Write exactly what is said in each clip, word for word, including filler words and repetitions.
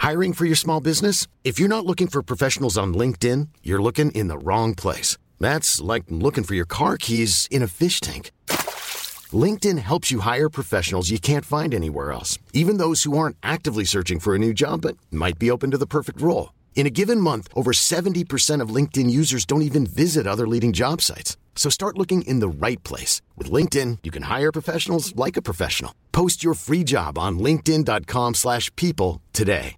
Hiring for your small business? If you're not looking for professionals on LinkedIn, you're looking in the wrong place. That's like looking for your car keys in a fish tank. LinkedIn helps you hire professionals you can't find anywhere else, even those who aren't actively searching for a new job but might be open to the perfect role. In a given month, over seventy percent of LinkedIn users don't even visit other leading job sites. So start looking in the right place. With LinkedIn, you can hire professionals like a professional. Post your free job on linkedin dot com slash people today.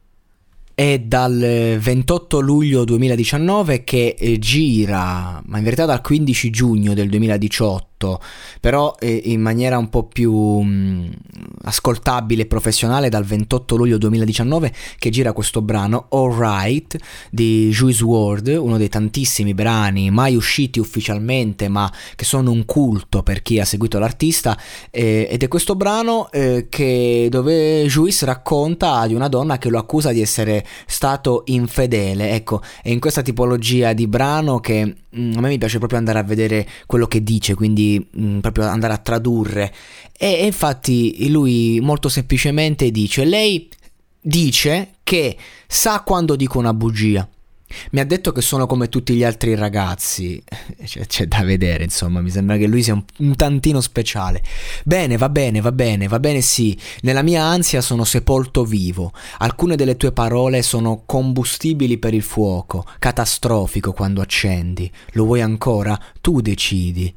È dal ventotto luglio duemiladiciannove che eh, gira, ma in verità dal quindici giugno del duemiladiciotto, però eh, in maniera un po' più mh, ascoltabile e professionale, dal ventotto luglio duemiladiciannove che gira questo brano Alright di Juice world, uno dei tantissimi brani mai usciti ufficialmente ma che sono un culto per chi ha seguito l'artista, eh, ed è questo brano eh, che dove Juice racconta di una donna che lo accusa di essere stato infedele. Ecco, è in questa tipologia di brano che mh, a me mi piace proprio andare a vedere quello che dice, quindi mh, proprio andare a tradurre, e, e infatti lui molto semplicemente dice: lei dice che sa quando dico una bugia. Mi ha detto che sono come tutti gli altri ragazzi. C'è, c'è da vedere, insomma, mi sembra che lui sia un, un tantino speciale. Bene, va bene, va bene, va bene, sì. Nella mia ansia sono sepolto vivo. Alcune delle tue parole sono combustibili per il fuoco, catastrofico quando accendi. Lo vuoi ancora? Tu decidi.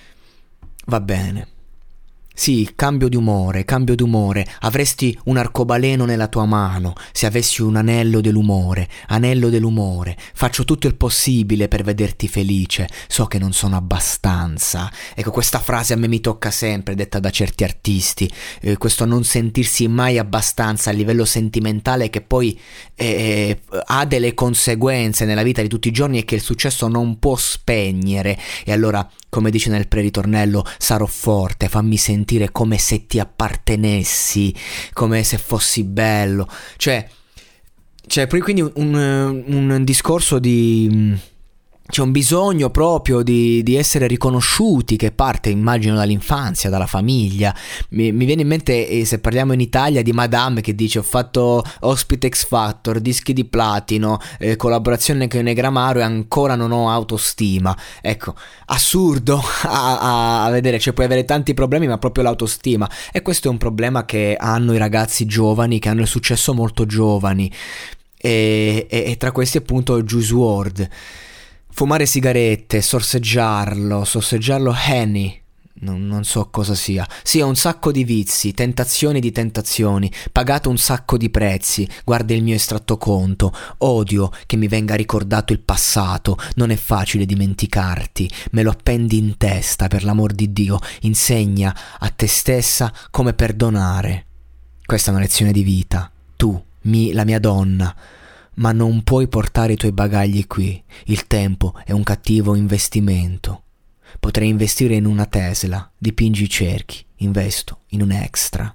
Va bene. Sì, cambio di umore, cambio d'umore. Avresti un arcobaleno nella tua mano se avessi un anello dell'umore, anello dell'umore. Faccio tutto il possibile per vederti felice. So che non sono abbastanza. Ecco, questa frase a me mi tocca sempre, detta da certi artisti. Eh, questo non sentirsi mai abbastanza a livello sentimentale, che poi eh, ha delle conseguenze nella vita di tutti i giorni e che il successo non può spegnere. E allora, come dice nel pre-ritornello, sarò forte, fammi sentire come se ti appartenessi, come se fossi bello. Cioè, cioè quindi un, un, un discorso di... c'è un bisogno proprio di, di essere riconosciuti, che parte, immagino, dall'infanzia, dalla famiglia. Mi, mi viene in mente, eh, se parliamo in Italia, di Madame che dice: ho fatto ospite X Factor, dischi di platino, eh, collaborazione con Negramaro e ancora non ho autostima. Ecco, assurdo a, a, a vedere, cioè puoi avere tanti problemi ma proprio l'autostima, e questo è un problema che hanno i ragazzi giovani, che hanno il successo molto giovani, e, e, e tra questi appunto Juice world. Fumare sigarette, sorseggiarlo, sorseggiarlo Henny, non, non so cosa sia. Sì, ha un sacco di vizi, tentazioni di tentazioni, pagato un sacco di prezzi, guarda il mio estratto conto, odio che mi venga ricordato il passato, non è facile dimenticarti, me lo appendi in testa, per l'amor di Dio, insegna a te stessa come perdonare. Questa è una lezione di vita, tu, mi, la mia donna. Ma non puoi portare i tuoi bagagli qui. Il tempo è un cattivo investimento. Potrei investire in una Tesla, dipingi i cerchi, investo in un extra.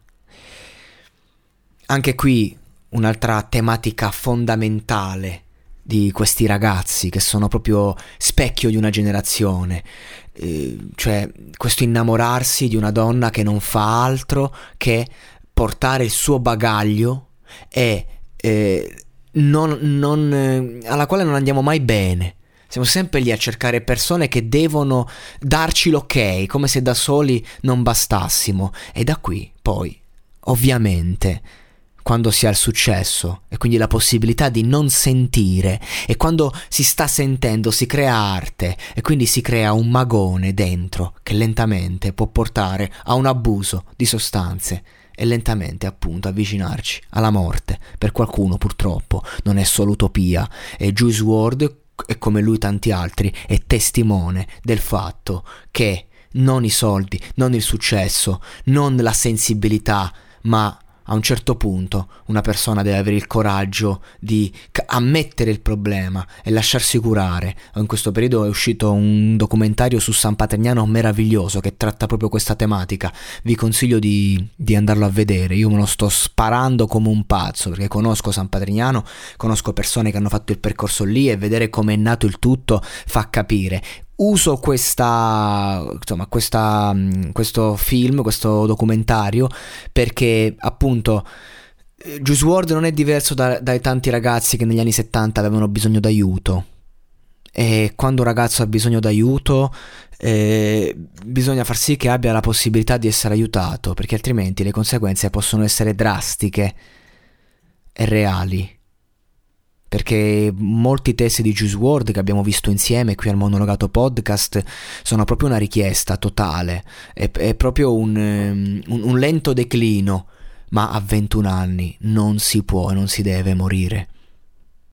Anche qui un'altra tematica fondamentale di questi ragazzi, che sono proprio specchio di una generazione, eh, cioè questo innamorarsi di una donna che non fa altro che portare il suo bagaglio e eh, Non, non, alla quale non andiamo mai bene. Siamo sempre lì a cercare persone che devono darci l'ok, come se da soli non bastassimo. E da qui poi, ovviamente, quando si ha il successo e quindi la possibilità di non sentire, e quando si sta sentendo si crea arte, e quindi si crea un magone dentro che lentamente può portare a un abuso di sostanze e lentamente appunto avvicinarci alla morte. Per qualcuno purtroppo non è solo utopia, e Juice world, e come lui tanti altri, è testimone del fatto che non i soldi, non il successo, non la sensibilità, ma a un certo punto una persona deve avere il coraggio di ammettere il problema e lasciarsi curare. In questo periodo è uscito un documentario su San Patrignano meraviglioso che tratta proprio questa tematica. Vi consiglio di, di andarlo a vedere. Io me lo sto sparando come un pazzo, perché conosco San Patrignano, conosco persone che hanno fatto il percorso lì, e vedere come è nato il tutto fa capire. Uso questa, insomma, questa, questo film, questo documentario, perché appunto Juice world non è diverso da, dai tanti ragazzi che negli anni settanta avevano bisogno d'aiuto, e quando un ragazzo ha bisogno d'aiuto eh, bisogna far sì che abbia la possibilità di essere aiutato, perché altrimenti le conseguenze possono essere drastiche e reali. Perché molti testi di Juice world che abbiamo visto insieme qui al Monologato Podcast sono proprio una richiesta totale, è, è proprio un, un, un lento declino, ma a ventuno anni non si può e non si deve morire.